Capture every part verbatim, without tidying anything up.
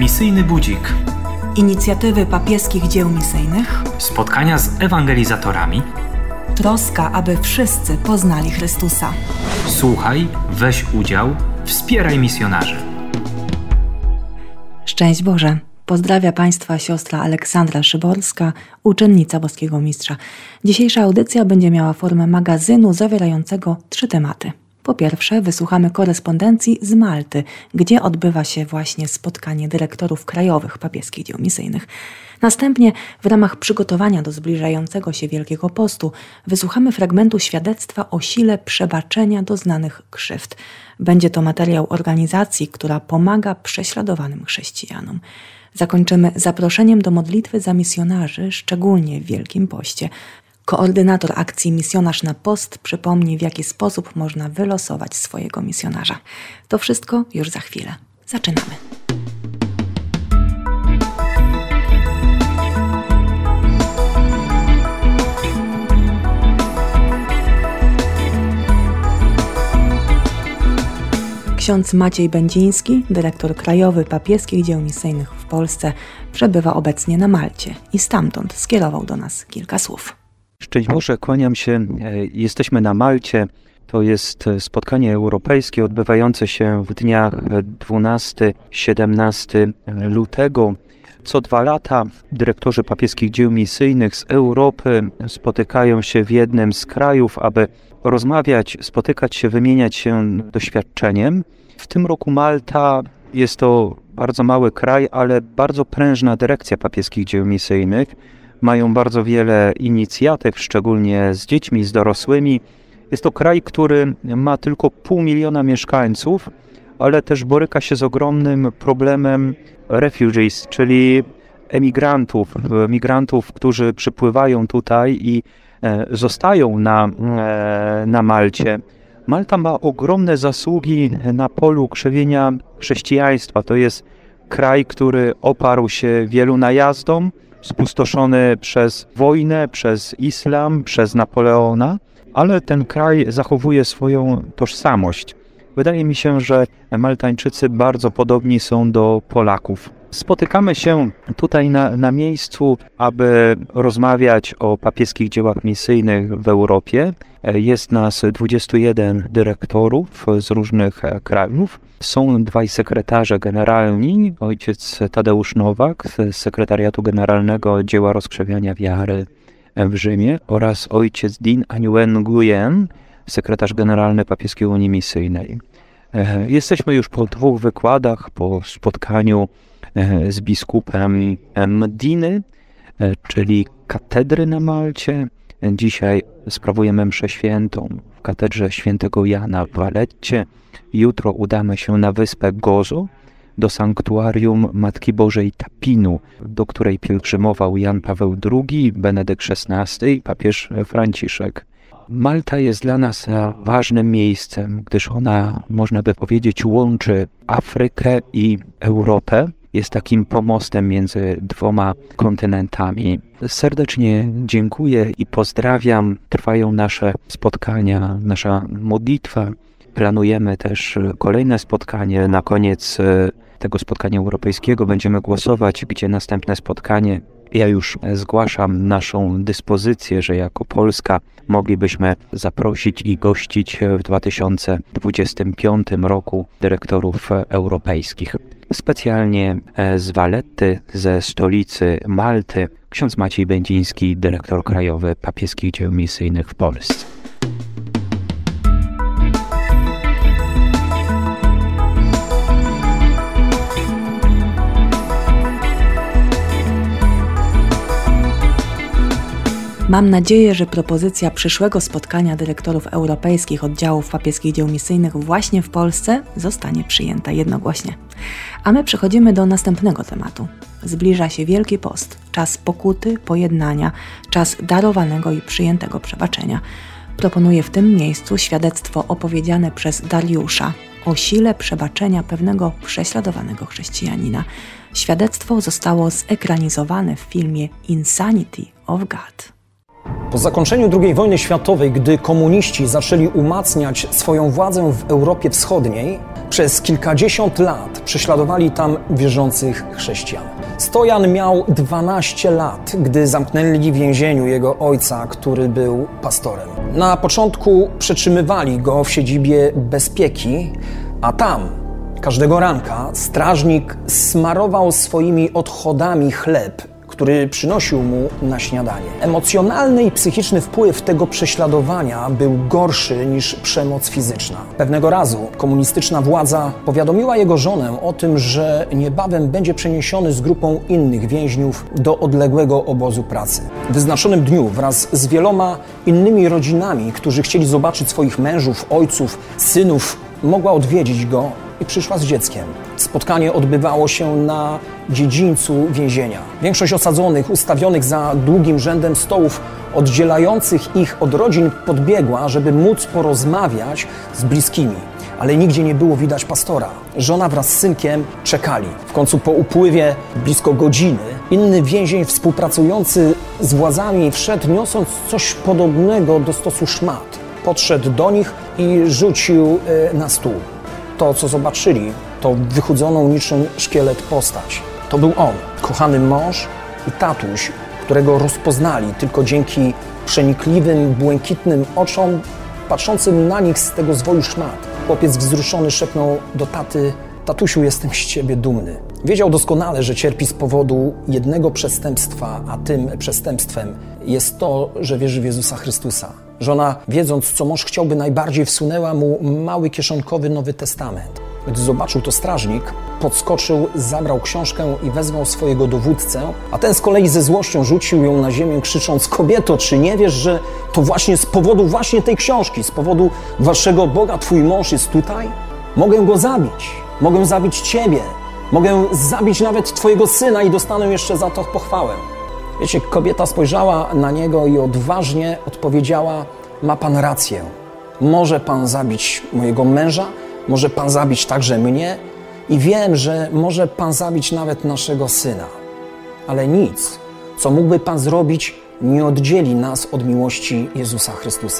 Misyjny Budzik. Inicjatywy papieskich dzieł misyjnych. Spotkania z ewangelizatorami. Troska, aby wszyscy poznali Chrystusa. Słuchaj, weź udział, wspieraj misjonarzy. Szczęść Boże! Pozdrawia Państwa siostra Aleksandra Szyborska, uczennica Boskiego Mistrza. Dzisiejsza audycja będzie miała formę magazynu zawierającego trzy tematy. Po pierwsze, wysłuchamy korespondencji z Malty, gdzie odbywa się właśnie spotkanie dyrektorów krajowych papieskich dzieł misyjnych. Następnie, w ramach przygotowania do zbliżającego się Wielkiego Postu, wysłuchamy fragmentu świadectwa o sile przebaczenia doznanych krzywd. Będzie to materiał organizacji, która pomaga prześladowanym chrześcijanom. Zakończymy zaproszeniem do modlitwy za misjonarzy, szczególnie w Wielkim Poście. Koordynator akcji Misjonarz na Post przypomni, w jaki sposób można wylosować swojego misjonarza. To wszystko już za chwilę. Zaczynamy. Ksiądz Maciej Będziński, dyrektor krajowy papieskich dzieł misyjnych w Polsce, przebywa obecnie na Malcie i stamtąd skierował do nas kilka słów. Szczęść Boże, kłaniam się. Jesteśmy na Malcie. To jest spotkanie europejskie odbywające się w dniach dwunastego do siedemnastego lutego. Co dwa lata dyrektorzy papieskich dzieł misyjnych z Europy spotykają się w jednym z krajów, aby rozmawiać, spotykać się, wymieniać się doświadczeniem. W tym roku Malta jest to bardzo mały kraj, ale bardzo prężna dyrekcja papieskich dzieł misyjnych. Mają bardzo wiele inicjatyw, szczególnie z dziećmi, z dorosłymi. Jest to kraj, który ma tylko pół miliona mieszkańców, ale też boryka się z ogromnym problemem refugees, czyli emigrantów, migrantów, którzy przypływają tutaj i zostają na, na Malcie. Malta ma ogromne zasługi na polu krzewienia chrześcijaństwa. To jest kraj, który oparł się wielu najazdom, spustoszony przez wojnę, przez islam, przez Napoleona, ale ten kraj zachowuje swoją tożsamość. Wydaje mi się, że Maltańczycy bardzo podobni są do Polaków. Spotykamy się tutaj na, na miejscu, aby rozmawiać o papieskich dziełach misyjnych w Europie. Jest nas dwudziestu jeden dyrektorów z różnych krajów. Są dwaj sekretarze generalni, ojciec Tadeusz Nowak z Sekretariatu Generalnego Dzieła Rozkrzewiania Wiary w Rzymie oraz ojciec Dean Nguyen Nguyen, sekretarz generalny Papieskiej Unii Misyjnej. Jesteśmy już po dwóch wykładach, po spotkaniu z biskupem Mediny, czyli katedry na Malcie. Dzisiaj sprawujemy mszę świętą w katedrze świętego Jana w Valetcie. Jutro udamy się na wyspę Gozo, do sanktuarium Matki Bożej Tapinu, do której pielgrzymował Jan Paweł drugi, Benedykt szesnasty i papież Franciszek. Malta jest dla nas ważnym miejscem, gdyż ona, można by powiedzieć, łączy Afrykę i Europę. Jest takim pomostem między dwoma kontynentami. Serdecznie dziękuję i pozdrawiam. Trwają nasze spotkania, nasza modlitwa. Planujemy też kolejne spotkanie. Na koniec tego spotkania europejskiego będziemy głosować, gdzie następne spotkanie. Ja już zgłaszam naszą dyspozycję, że jako Polska moglibyśmy zaprosić i gościć w dwa tysiące dwudziestym piątym roku dyrektorów europejskich. Specjalnie z Valetty, ze stolicy Malty, ksiądz Maciej Będziński, dyrektor krajowy papieskich dzieł misyjnych w Polsce. Mam nadzieję, że propozycja przyszłego spotkania dyrektorów europejskich oddziałów papieskich dzieł misyjnych właśnie w Polsce zostanie przyjęta jednogłośnie. A my przechodzimy do następnego tematu. Zbliża się Wielki Post, czas pokuty, pojednania, czas darowanego i przyjętego przebaczenia. Proponuję w tym miejscu świadectwo opowiedziane przez Dariusza o sile przebaczenia pewnego prześladowanego chrześcijanina. Świadectwo zostało zekranizowane w filmie Insanity of God. Po zakończeniu drugiej wojny światowej, gdy komuniści zaczęli umacniać swoją władzę w Europie Wschodniej, Przez kilkadziesiąt lat prześladowali tam wierzących chrześcijan. Stojan miał dwanaście lat, gdy zamknęli w więzieniu jego ojca, który był pastorem. Na początku przetrzymywali go w siedzibie bezpieki, a tam każdego ranka strażnik smarował swoimi odchodami chleb, który przynosił mu na śniadanie. Emocjonalny i psychiczny wpływ tego prześladowania był gorszy niż przemoc fizyczna. Pewnego razu komunistyczna władza powiadomiła jego żonę o tym, że niebawem będzie przeniesiony z grupą innych więźniów do odległego obozu pracy. W wyznaczonym dniu wraz z wieloma innymi rodzinami, którzy chcieli zobaczyć swoich mężów, ojców, synów, mogła odwiedzić go i przyszła z dzieckiem. Spotkanie odbywało się na dziedzińcu więzienia. Większość osadzonych, ustawionych za długim rzędem stołów oddzielających ich od rodzin, podbiegła, żeby móc porozmawiać z bliskimi. Ale nigdzie nie było widać pastora. Żona wraz z synkiem czekali. W końcu po upływie blisko godziny inny więzień współpracujący z władzami wszedł, niosąc coś podobnego do stosu szmat. Podszedł do nich i rzucił na stół. To, co zobaczyli, to wychudzoną niczym szkielet postać. To był on, kochany mąż i tatuś, którego rozpoznali tylko dzięki przenikliwym, błękitnym oczom patrzącym na nich z tego zwoju szmat. Chłopiec wzruszony szepnął do taty: tatusiu, jestem z ciebie dumny. Wiedział doskonale, że cierpi z powodu jednego przestępstwa, a tym przestępstwem jest to, że wierzy w Jezusa Chrystusa. Żona, wiedząc, co mąż chciałby najbardziej, wsunęła mu mały kieszonkowy Nowy Testament. Gdy zobaczył to strażnik, podskoczył, zabrał książkę i wezwał swojego dowódcę, a ten z kolei ze złością rzucił ją na ziemię, krzycząc: kobieto, czy nie wiesz, że to właśnie z powodu właśnie tej książki, z powodu waszego Boga twój mąż jest tutaj? Mogę go zabić, mogę zabić ciebie, mogę zabić nawet twojego syna i dostanę jeszcze za to pochwałę. Wiecie, kobieta spojrzała na niego i odważnie odpowiedziała: ma pan rację. Może pan zabić mojego męża, może pan zabić także mnie i wiem, że może pan zabić nawet naszego syna. Ale nic, co mógłby pan zrobić, nie oddzieli nas od miłości Jezusa Chrystusa.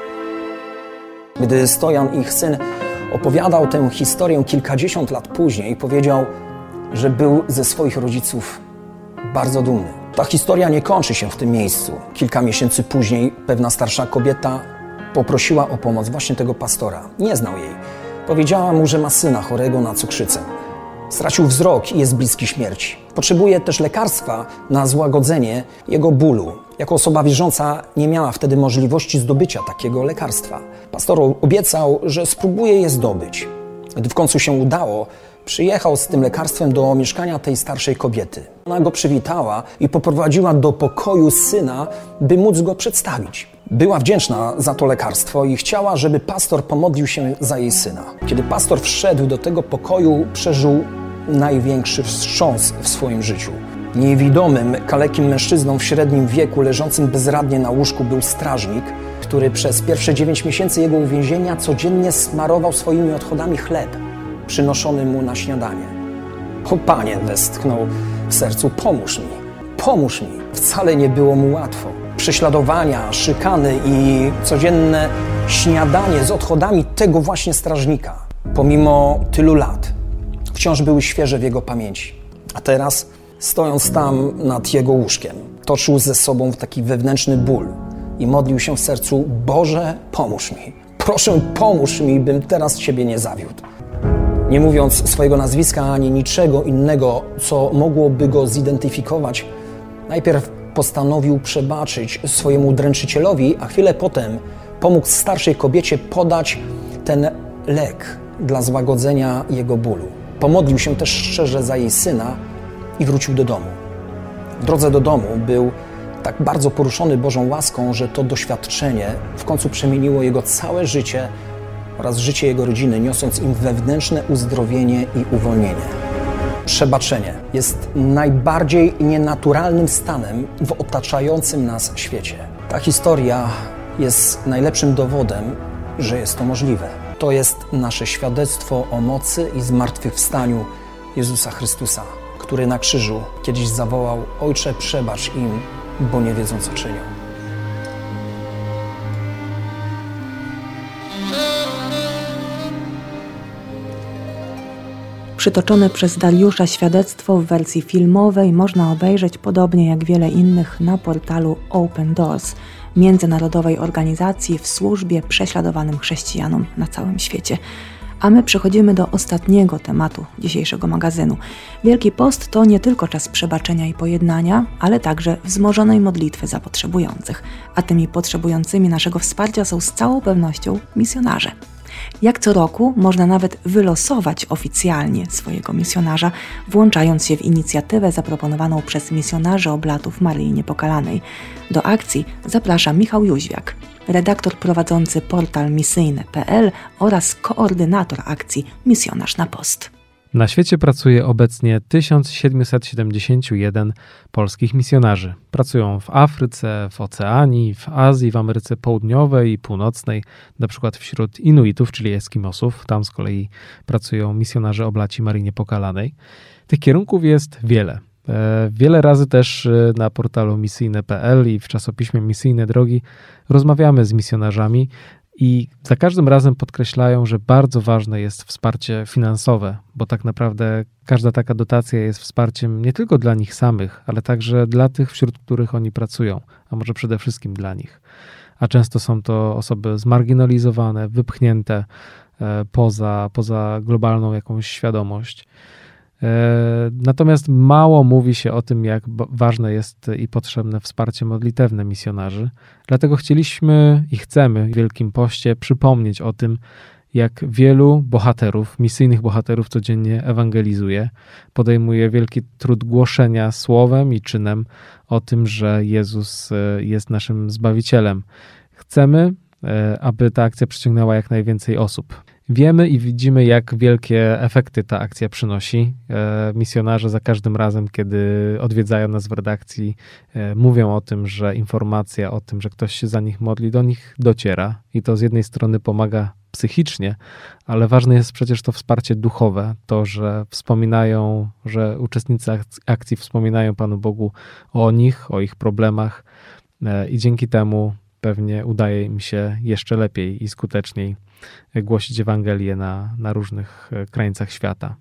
Gdy Stojan, ich syn, opowiadał tę historię kilkadziesiąt lat później, powiedział, że był ze swoich rodziców bardzo dumny. Ta historia nie kończy się w tym miejscu. Kilka miesięcy później pewna starsza kobieta poprosiła o pomoc właśnie tego pastora. Nie znał jej. Powiedziała mu, że ma syna chorego na cukrzycę. Stracił wzrok i jest bliski śmierci. Potrzebuje też lekarstwa na złagodzenie jego bólu. Jako osoba wierząca nie miała wtedy możliwości zdobycia takiego lekarstwa. Pastor obiecał, że spróbuje je zdobyć. Gdy w końcu się udało, przyjechał z tym lekarstwem do mieszkania tej starszej kobiety. Ona go przywitała i poprowadziła do pokoju syna, by móc go przedstawić. Była wdzięczna za to lekarstwo i chciała, żeby pastor pomodlił się za jej syna. Kiedy pastor wszedł do tego pokoju, przeżył największy wstrząs w swoim życiu. Niewidomym, kalekim mężczyzną w średnim wieku, leżącym bezradnie na łóżku, był strażnik, który przez pierwsze dziewięć miesięcy jego uwięzienia codziennie smarował swoimi odchodami chleb przynoszony mu na śniadanie. O Panie, westchnął w sercu, pomóż mi, pomóż mi. Wcale nie było mu łatwo. Prześladowania, szykany i codzienne śniadanie z odchodami tego właśnie strażnika, pomimo tylu lat, wciąż były świeże w jego pamięci. A teraz, stojąc tam nad jego łóżkiem, toczył ze sobą taki wewnętrzny ból i modlił się w sercu: Boże, pomóż mi, proszę, pomóż mi, bym teraz Ciebie nie zawiódł. Nie mówiąc swojego nazwiska ani niczego innego, co mogłoby go zidentyfikować, najpierw postanowił przebaczyć swojemu dręczycielowi, a chwilę potem pomógł starszej kobiecie podać ten lek dla złagodzenia jego bólu. Pomodlił się też szczerze za jej syna i wrócił do domu. W drodze do domu był tak bardzo poruszony Bożą łaską, że to doświadczenie w końcu przemieniło jego całe życie oraz życie jego rodziny, niosąc im wewnętrzne uzdrowienie i uwolnienie. Przebaczenie jest najbardziej nienaturalnym stanem w otaczającym nas świecie. Ta historia jest najlepszym dowodem, że jest to możliwe. To jest nasze świadectwo o mocy i zmartwychwstaniu Jezusa Chrystusa, który na krzyżu kiedyś zawołał: Ojcze, przebacz im, bo nie wiedzą, co czynią. Przytoczone przez Dariusza świadectwo w wersji filmowej można obejrzeć podobnie jak wiele innych na portalu Open Doors, międzynarodowej organizacji w służbie prześladowanym chrześcijanom na całym świecie. A my przechodzimy do ostatniego tematu dzisiejszego magazynu. Wielki Post to nie tylko czas przebaczenia i pojednania, ale także wzmożonej modlitwy za potrzebujących. A tymi potrzebującymi naszego wsparcia są z całą pewnością misjonarze. Jak co roku można nawet wylosować oficjalnie swojego misjonarza, włączając się w inicjatywę zaproponowaną przez misjonarzy Oblatów Maryi Niepokalanej. Do akcji zaprasza Michał Jóźwiak, redaktor prowadzący portal misyjny kropka pe el oraz koordynator akcji Misjonarz na Post. Na świecie pracuje obecnie tysiąc siedemset siedemdziesiąt jeden polskich misjonarzy. Pracują w Afryce, w Oceanii, w Azji, w Ameryce Południowej i Północnej, na przykład wśród Inuitów, czyli Eskimosów. Tam z kolei pracują misjonarze Oblaci Maryi Niepokalanej. Tych kierunków jest wiele. Wiele razy też na portalu misyjny kropka pe el i w czasopiśmie Misyjne Drogi rozmawiamy z misjonarzami i za każdym razem podkreślają, że bardzo ważne jest wsparcie finansowe, bo tak naprawdę każda taka dotacja jest wsparciem nie tylko dla nich samych, ale także dla tych, wśród których oni pracują, a może przede wszystkim dla nich. A często są to osoby zmarginalizowane, wypchnięte poza, poza globalną jakąś świadomość. Natomiast mało mówi się o tym, jak ważne jest i potrzebne wsparcie modlitewne misjonarzy. Dlatego chcieliśmy i chcemy w Wielkim Poście przypomnieć o tym, jak wielu bohaterów, misyjnych bohaterów codziennie ewangelizuje, podejmuje wielki trud głoszenia słowem i czynem o tym, że Jezus jest naszym Zbawicielem. Chcemy, aby ta akcja przyciągnęła jak najwięcej osób. Wiemy i widzimy, jak wielkie efekty ta akcja przynosi. Misjonarze za każdym razem, kiedy odwiedzają nas w redakcji, mówią o tym, że informacja o tym, że ktoś się za nich modli, do nich dociera. I to z jednej strony pomaga psychicznie, ale ważne jest przecież to wsparcie duchowe. To, że wspominają, że uczestnicy akcji wspominają Panu Bogu o nich, o ich problemach i dzięki temu pewnie udaje im się jeszcze lepiej i skuteczniej głosić Ewangelię na, na różnych krańcach świata.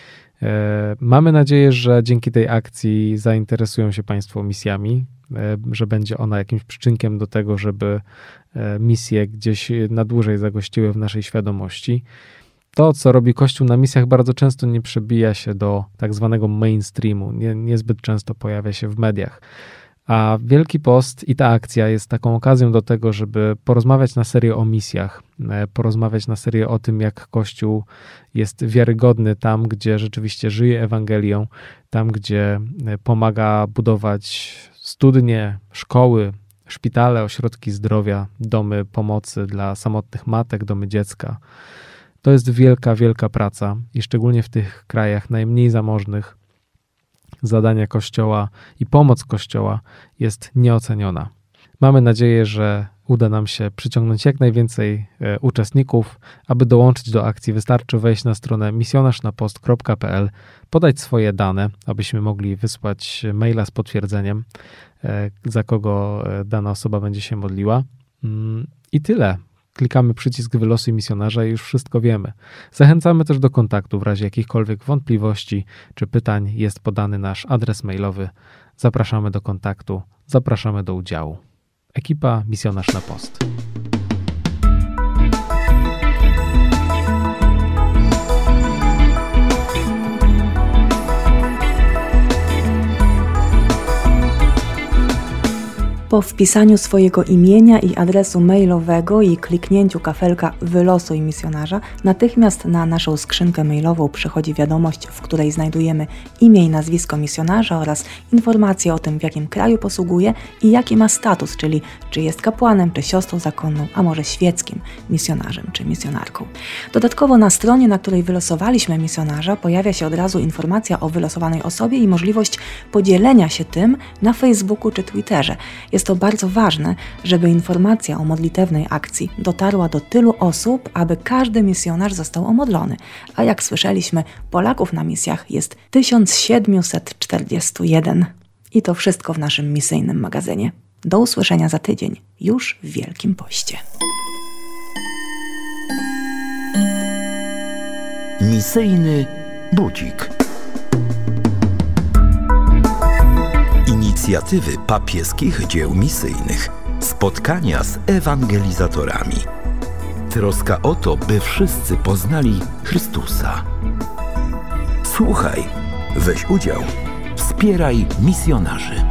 Mamy nadzieję, że dzięki tej akcji zainteresują się Państwo misjami, że będzie ona jakimś przyczynkiem do tego, żeby misje gdzieś na dłużej zagościły w naszej świadomości. To, co robi Kościół na misjach, bardzo często nie przebija się do tak zwanego mainstreamu, nie, niezbyt często pojawia się w mediach. A Wielki Post i ta akcja jest taką okazją do tego, żeby porozmawiać na serio o misjach, porozmawiać na serio o tym, jak Kościół jest wiarygodny tam, gdzie rzeczywiście żyje Ewangelią, tam, gdzie pomaga budować studnie, szkoły, szpitale, ośrodki zdrowia, domy pomocy dla samotnych matek, domy dziecka. To jest wielka, wielka praca i szczególnie w tych krajach najmniej zamożnych zadania Kościoła i pomoc Kościoła jest nieoceniona. Mamy nadzieję, że uda nam się przyciągnąć jak najwięcej e, uczestników. Aby dołączyć do akcji, wystarczy wejść na stronę misjonarz na post kropka pe el, podać swoje dane, abyśmy mogli wysłać maila z potwierdzeniem, e, za kogo dana osoba będzie się modliła. Mm, I tyle. Klikamy przycisk wylosuj misjonarza i już wszystko wiemy. Zachęcamy też do kontaktu w razie jakichkolwiek wątpliwości czy pytań. Jest podany nasz adres mailowy. Zapraszamy do kontaktu, zapraszamy do udziału. Ekipa Misjonarz na Post. Po wpisaniu swojego imienia i adresu mailowego i kliknięciu kafelka Wylosuj misjonarza, natychmiast na naszą skrzynkę mailową przychodzi wiadomość, w której znajdujemy imię i nazwisko misjonarza oraz informacje o tym, w jakim kraju posługuje i jaki ma status, czyli czy jest kapłanem, czy siostrą zakonną, a może świeckim misjonarzem czy misjonarką. Dodatkowo na stronie, na której wylosowaliśmy misjonarza, pojawia się od razu informacja o wylosowanej osobie i możliwość podzielenia się tym na Facebooku czy Twitterze. Jest to bardzo ważne, żeby informacja o modlitewnej akcji dotarła do tylu osób, aby każdy misjonarz został omodlony. A jak słyszeliśmy, Polaków na misjach jest tysiąc siedemset czterdzieści jeden. I to wszystko w naszym misyjnym magazynie. Do usłyszenia za tydzień, już w Wielkim Poście. Misyjny Budzik. Inicjatywy papieskich dzieł misyjnych. Spotkania z ewangelizatorami. Troska o to, by wszyscy poznali Chrystusa. Słuchaj, weź udział, wspieraj misjonarzy.